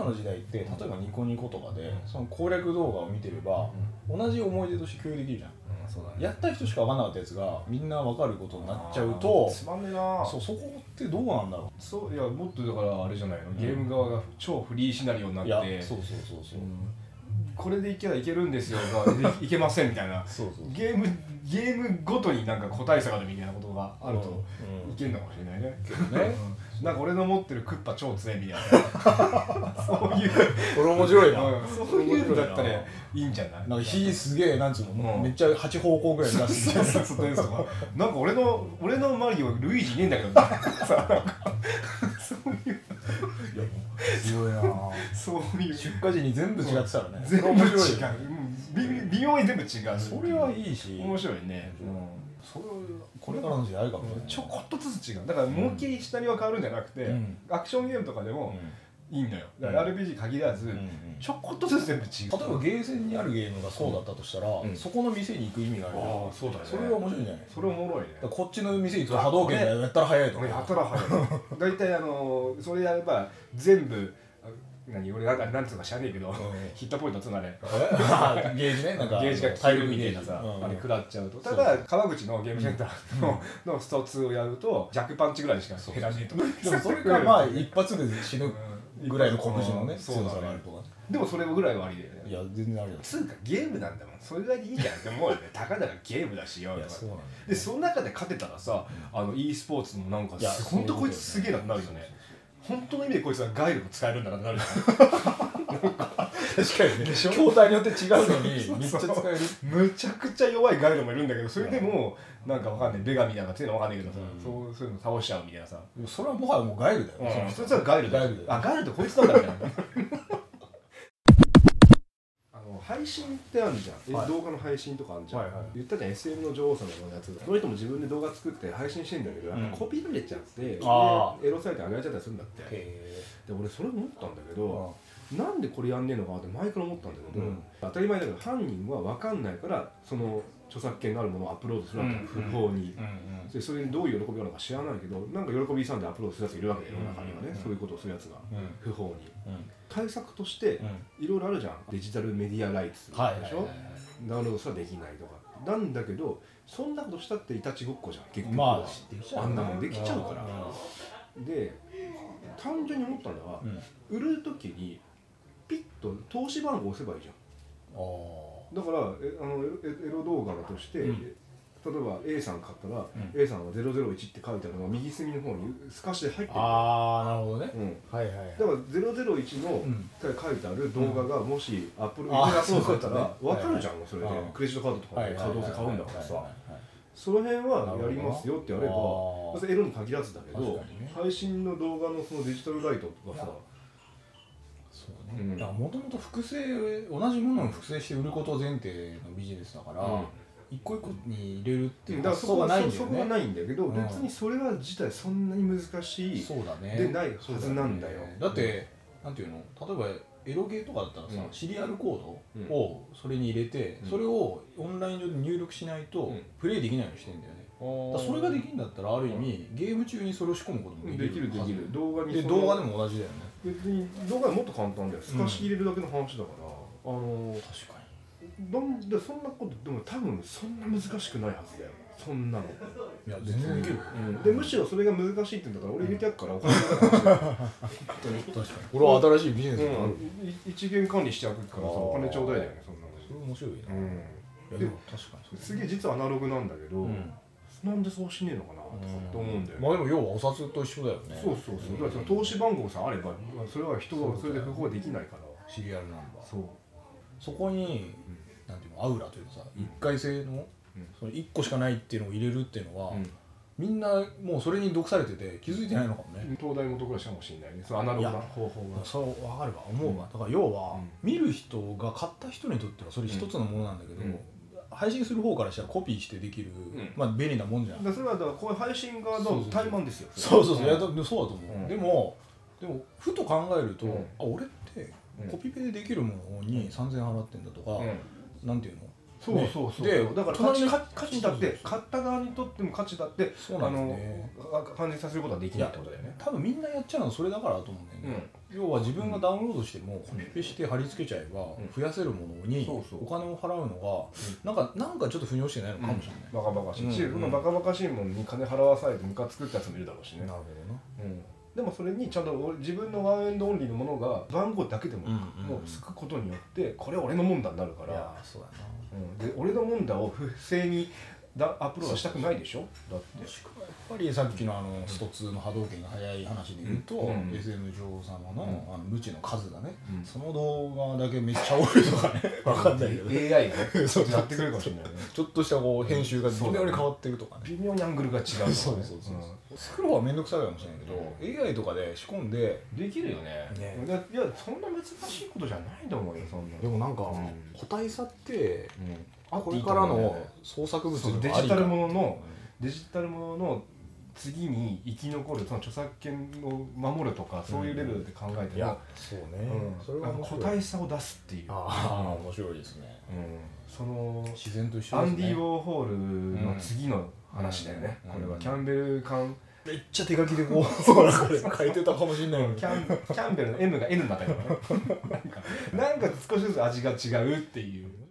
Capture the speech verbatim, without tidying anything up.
今の時代って例えばニコニコとかでその攻略動画を見てれば同じ思い出として共有できるじゃん。そうだね、やった人しか分かんなかったやつがみんな分かることになっちゃうとつまんねえな。 そう、そこってどうなんだろう。 そういやもっとだからあれじゃないの、ゲーム側が超フリーシナリオになって、 いやそうそうそうそう、うん、 これでいけばいけるんですよがいけませんみたいなそうそうそう、 ゲームゲームごとになんか個体差があるみたいなことがあるといけるのかもしれないね。 うんねうん、なんか俺の持ってるクッパ超強いみたいなそういうこれ面白いな、 うん、そういうのだったらいいんじゃない。 なんか火すげえなんつうの、 うん、 めっちゃはち方向ぐらい出すみたいなそうそうそうそうなんか俺の俺のマリオルイージいねえんだけどさなんかそういういやすごいなそういう出荷時に全部違ってたらね全部違う、 面白い微妙に全部違う。 それはいいし面白いね、うん、 それこれからの時代かもね。 ちょこっとずつ違う。だから思いっきりシナリオが変わるんじゃなくて、うん、アクションゲームとかでもいいんだよ。だから アールピージー 限らず、うん、ちょこっとずつ全部違う。 例えばゲーセンにあるゲームがそうだったとしたら、うん、そこの店に行く意味がある。ああそうだね。それは面白いんじゃない。 それおもろいね。 こっちの店行くと波動拳がやったら早いとか。 やったら早い。大体あのそれやれば全部何俺なんかなんつうか知らねえけど、うん、ヒットポイントつまれゲージね、なんかゲージが消えるみたいなさ、うん、あれ食らっちゃうと。ただ川口のゲームセンターの、うん、のストツーをやると弱パンチぐらいしか減らねえと。 でもそれがまあ一発で死ぬぐらいの拳のね強さがあるとか。 でもそれぐらいはありだよね。 いや全然ありだ。 つうかゲームなんだもん。それぐらいでいいじゃんって思うよね。たかだかゲームだしよ。でその中で勝てたらさ、あの e スポーツもなんか本当こいつすげえなってなるよね。本当の意味でこいつはガイルも使えるんだなってなるじゃん。確かにね。筐体によって違うのにめっちゃ使える。むちゃくちゃ弱いガイルもいるんだけど、それでもなんかわかんないベガみたいなのが強いのわかんないけどさ、うん、そうそういうの倒しちゃうみたいなさ。 それはもはやもうガイルだよ。 そいつはガイルだよ。あガイルってこいつなんだみたいな。配信ってあるじゃん、はい、動画の配信とかあるじゃん、はいはい、言ったじゃん エスエム の女王様のやつ。その人も自分で動画作って配信してんだけど、うん、コピーられちゃって、エロサイトに上げられちゃったりするんだって。で俺それ思ったんだけど、なんでこれやんねえのかなって前から思ったんだけど、うん、当たり前だけど犯人は分かんないからその著作権のあるものをアップロードするわけ、うん、不法に、うん、でそれにどういう喜びがあるのか知らないけど、なんか喜びさんでアップロードするやついるわけだよ、世の中にはね、うん、そういうことをするやつが、うん、不法に、うん、対策としていろいろあるじゃん。デジタルメディアライツでしょ、はいはいはいはい、ダウンロードすらできないとかなんだけど、そんなことしたっていたちごっこじゃん結局は、まあ、あんなもんできちゃうから。で単純に思ったのは、うん、売るときにピッと投資番号を押せばいいじゃん。あだからえあのエロ動画だとして、うん、例えば A さん買ったら、うん、A さんはゼロゼロいちって書いてあるのが右隅の方に透かしで入ってる。ああなるほどね、うん、はいはい、はい、だからゼロゼロいちの、うん、書いてある動画がもしアップルにアップロードされたら分かるじゃん、それでクレジットカードとかでどうせ買うんだからさ、その辺はやりますよってやれば、エロに限らずだけど、ね、配信の動画のそのデジタルライトとかさ、 そうね、だからもともと複製同じものを複製して売ること前提のビジネスだから、うん、一個一個に入れるっていう発想がないんだよね。そこがないんだけど、うん、別にそれは自体そんなに難しいでないはずなんだよ。だって、うん、なんていうの、例えばエロゲーとかだったらさ、うん、シリアルコードをそれに入れて、うん、それをオンライン上で入力しないとプレイできないようにしてんだよね。だそれができるんだったらある意味ゲーム中にそれを仕込むこともできる。できるできる。動画にで動画でも同じだよね。別に動画はもっと簡単だよ。透かし入れるだけの話だから、うん、あの確かになんでそんなことでも多分そんな難しくないはずだよ。そんなのいや全然できる、うん、でむしろそれが難しいって言うんだから俺入れてやるからお金かかるし本当に確かに俺は新しいビジネスがある、うん、一元管理してやるからさお金ちょうだいだよね。そんなのそれ面白いな、うん、でも確かにすげえ実はアナログなんだけど、うん、なんでそうしねえのかなと思うんだよね。まあでも要はお札と一緒だよね。そうそうそう。だから投資番号さえあればそれは人はそれで不法できないから。シリアルナンバー。そう。そこになんていうのアウラというかさ、一回性のそのいっこしかないっていうのを入れるっていうのは、みんなもうそれに毒されてて気づいてないのかもね。東大元暮らしかもしれないね。そのアナログな方法が。そう分かるわ思うわ。だから要は見る人が買った人にとってはそれ一つのものなんだけど。配信する方からしたらコピーしてできる、うん、まあ便利なもんじゃん。だそれはだからこういう配信側の怠慢ですよ。そうそうそう、いやそうだと思う、うん、でもでもふと考えると、うん、あ俺ってコピペでできるものにさんぜんえん払ってんだとか、うん、なんていうのそうそうそう、ね、でだから価値、価値だって買った側にとっても価値だってそうなんですね、あの感じさせることはできないってことだよね。多分みんなやっちゃうのそれだからだと思うんだよね、うん、 要は自分がダウンロードしてもコピペして貼り付けちゃえば増やせるものにお金を払うのがなんかなんかちょっと腑に落ちてないのかもしれない。 バカバカしいし、そのバカバカしいものに金払わされてムカつくってやつもいるだろうしね。なるほどな。うん。でもそれにちゃんと自分のワンエンドオンリーのものが番号だけでももうつくことによってこれ俺のもんだになるから。いやそうだな。うん。で俺のもんだを不正にだアップロードしたくないでしょ。だってやっぱりさっきのあのストツーの波動拳が速い話で言うと、うん、エスエム 女王様の、うん、あの無知の数がね、うん、その動画だけめっちゃ多いとかね分かんないけどエーアイ がねそうやってくれるかもしれないねちょっとしたこう編集が微妙に変わってるとかね、 微妙にアングルが違うとかねそうそうそう、うん、作る方は面倒くさいかもしれないけど、うん、エーアイ とかで仕込んでできるよね。ねいやそんな難しいことじゃないと思うよそんな。 でもなんか、うん、個体差って、うん、これからの創作物のデジタルもののデジタルものの次に生き残るその著作権を守るとかそういうレベルで考えても、うん、 そうね、うん、それは個体差を出すっていう。 ああ面白いですね、 うん、その自然と一緒ですね。 アンディ・ウォーホールの次の話だよね、うん、これはキャンベル缶めっちゃ手書きでこう書いてたかもしれない、 うん、キャンキャンベルの エム が エヌ になったけどねなんかなんか少しずつ味が違うっていう